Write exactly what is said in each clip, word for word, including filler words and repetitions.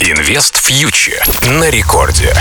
Инвест Фьючер на рекорде.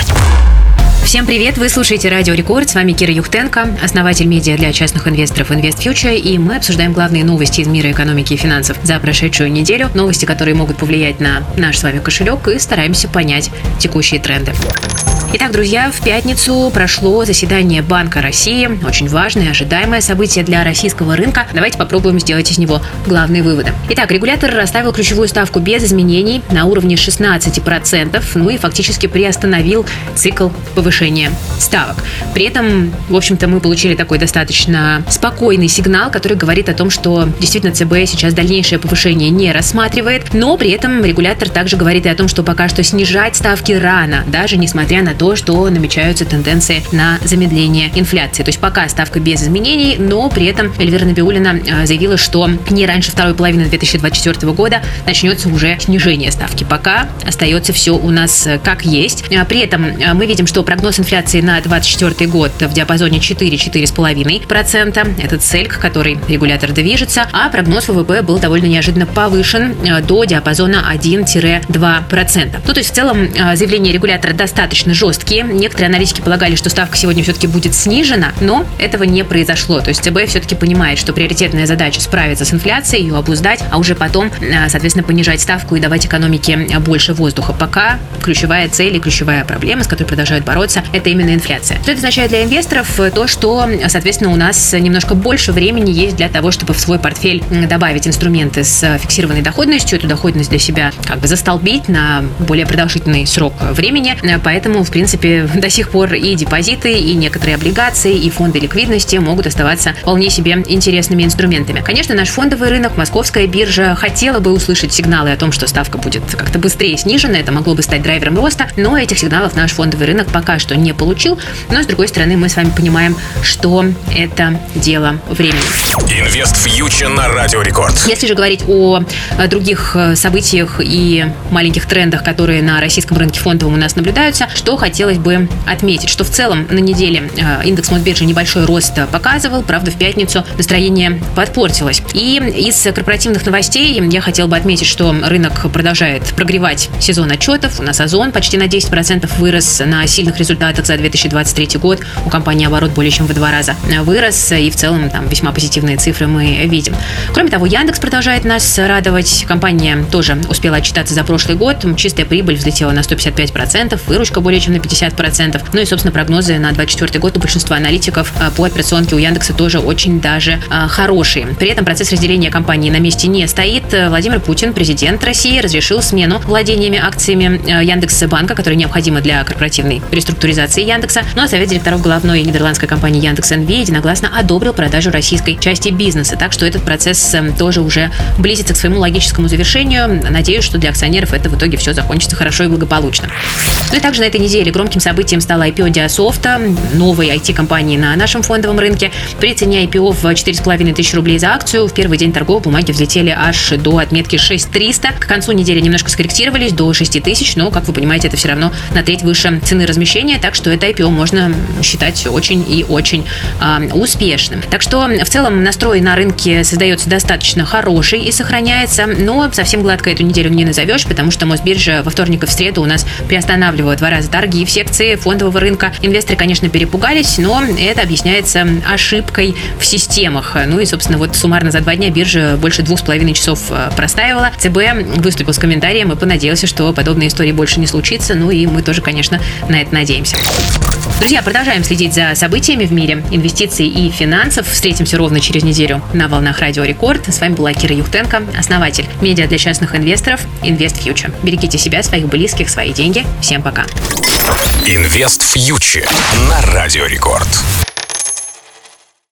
Всем привет! Вы слушаете Радио Рекорд. С вами Кира Юхтенко, основатель медиа для частных инвесторов Инвест Фьючер, и мы обсуждаем главные новости из мира экономики и финансов за прошедшую неделю, новости, которые могут повлиять на наш с вами кошелек, и стараемся понять текущие тренды. Итак, друзья, в пятницу прошло заседание Банка России. Очень важное, ожидаемое событие для российского рынка. Давайте попробуем сделать из него главные выводы. Итак, регулятор расставил ключевую ставку без изменений на уровне шестнадцать процентов, ну и фактически приостановил цикл повышения ставок. При этом, в общем-то, мы получили такой достаточно спокойный сигнал, который говорит о том, что действительно ЦБ сейчас дальнейшее повышение не рассматривает, но при этом регулятор также говорит и о том, что пока что снижать ставки рано, даже несмотря на то, что намечаются тенденции на замедление инфляции. То есть пока ставка без изменений, но при этом Эльвира Набиуллина заявила, что не раньше второй половины две тысячи двадцать четвёртого года начнется уже снижение ставки. Пока остается все у нас как есть. При этом мы видим, что прогноз инфляции на двадцать четвёртый год в диапазоне четыре - четыре с половиной процента. Это цель, к которой регулятор движется, а прогноз ВВП был довольно неожиданно повышен до диапазона один - два процента. Ну, то есть в целом заявление регулятора достаточно жесткие. Некоторые аналитики полагали, что ставка сегодня все-таки будет снижена, но этого не произошло. То есть ЦБ все-таки понимает, что приоритетная задача справиться с инфляцией, ее обуздать, а уже потом, соответственно, понижать ставку и давать экономике больше воздуха. Пока ключевая цель и ключевая проблема, с которой продолжают бороться, это именно инфляция. Что это означает для инвесторов? То, что, соответственно, у нас немножко больше времени есть для того, чтобы в свой портфель добавить инструменты с фиксированной доходностью, эту доходность для себя как бы застолбить на более продолжительный срок времени. Поэтому, в принципе, В принципе, до сих пор и депозиты, и некоторые облигации, и фонды ликвидности могут оставаться вполне себе интересными инструментами. Конечно, наш фондовый рынок, московская биржа хотела бы услышать сигналы о том, что ставка будет как-то быстрее снижена, это могло бы стать драйвером роста, но этих сигналов наш фондовый рынок пока что не получил. Но, с другой стороны, мы с вами понимаем, что это дело времени. Инвест Фьючер на Радио Рекорд. Если же говорить о других событиях и маленьких трендах, которые на российском рынке фондовом у нас наблюдаются, что хотелось бы отметить, что в целом на неделе индекс Мосбиржи небольшой рост показывал, правда, в пятницу настроение подпортилось. И из корпоративных новостей я хотела бы отметить, что рынок продолжает прогревать сезон отчетов. У нас Озон почти на десять процентов вырос на сильных результатах за две тысячи двадцать третий год. У компании оборот более чем в два раза вырос, и в целом там весьма позитивные цифры мы видим. Кроме того, Яндекс продолжает нас радовать. Компания тоже успела отчитаться за прошлый год. Чистая прибыль взлетела на сто пятьдесят пять процентов, выручка более чем на пятьдесят процентов. Ну и, собственно, прогнозы на двадцать четвёртый год у большинства аналитиков по операционке у Яндекса тоже очень даже а, хорошие. При этом процесс разделения компании на месте не стоит. Владимир Путин, президент России, разрешил смену владениями акциями Яндекс.Банка, которые необходимы для корпоративной реструктуризации Яндекса. Ну а совет директоров главной нидерландской компании Яндекс эн ви единогласно одобрил продажу российской части бизнеса. Так что этот процесс тоже уже близится к своему логическому завершению. Надеюсь, что для акционеров это в итоге все закончится хорошо и благополучно. Ну и также на этой неделе громким событием стало ай пи о Диасофта, новой ай ти-компании на нашем фондовом рынке. При цене ай пи о в четыре с половиной тысячи рублей за акцию в первый день торгов бумаги взлетели аж до отметки шесть тысяч триста. К концу недели немножко скорректировались до шесть тысяч, но, как вы понимаете, это все равно на треть выше цены размещения, так что это ай пи о можно считать очень и очень э, успешным. Так что в целом настрой на рынке создается достаточно хороший и сохраняется, но совсем гладко эту неделю не назовешь, потому что Мосбиржа во вторник и в среду у нас приостанавливает два раза торги в секции фондового рынка. Инвесторы, конечно, перепугались, но это объясняется ошибкой в системах. Ну и, собственно, вот суммарно за два дня биржа больше двух с половиной часов простаивала. ЦБ выступил с комментарием и понадеялся, что подобной истории больше не случится. Ну и мы тоже, конечно, на это надеемся. Друзья, продолжаем следить за событиями в мире инвестиций и финансов. Встретимся ровно через неделю на волнах Радио Рекорд. С вами была Кира Юхтенко, основатель медиа для частных инвесторов Инвест Фьючер. Берегите себя, своих близких, свои деньги. Всем пока. Инвест Фьючер на Радио Рекорд.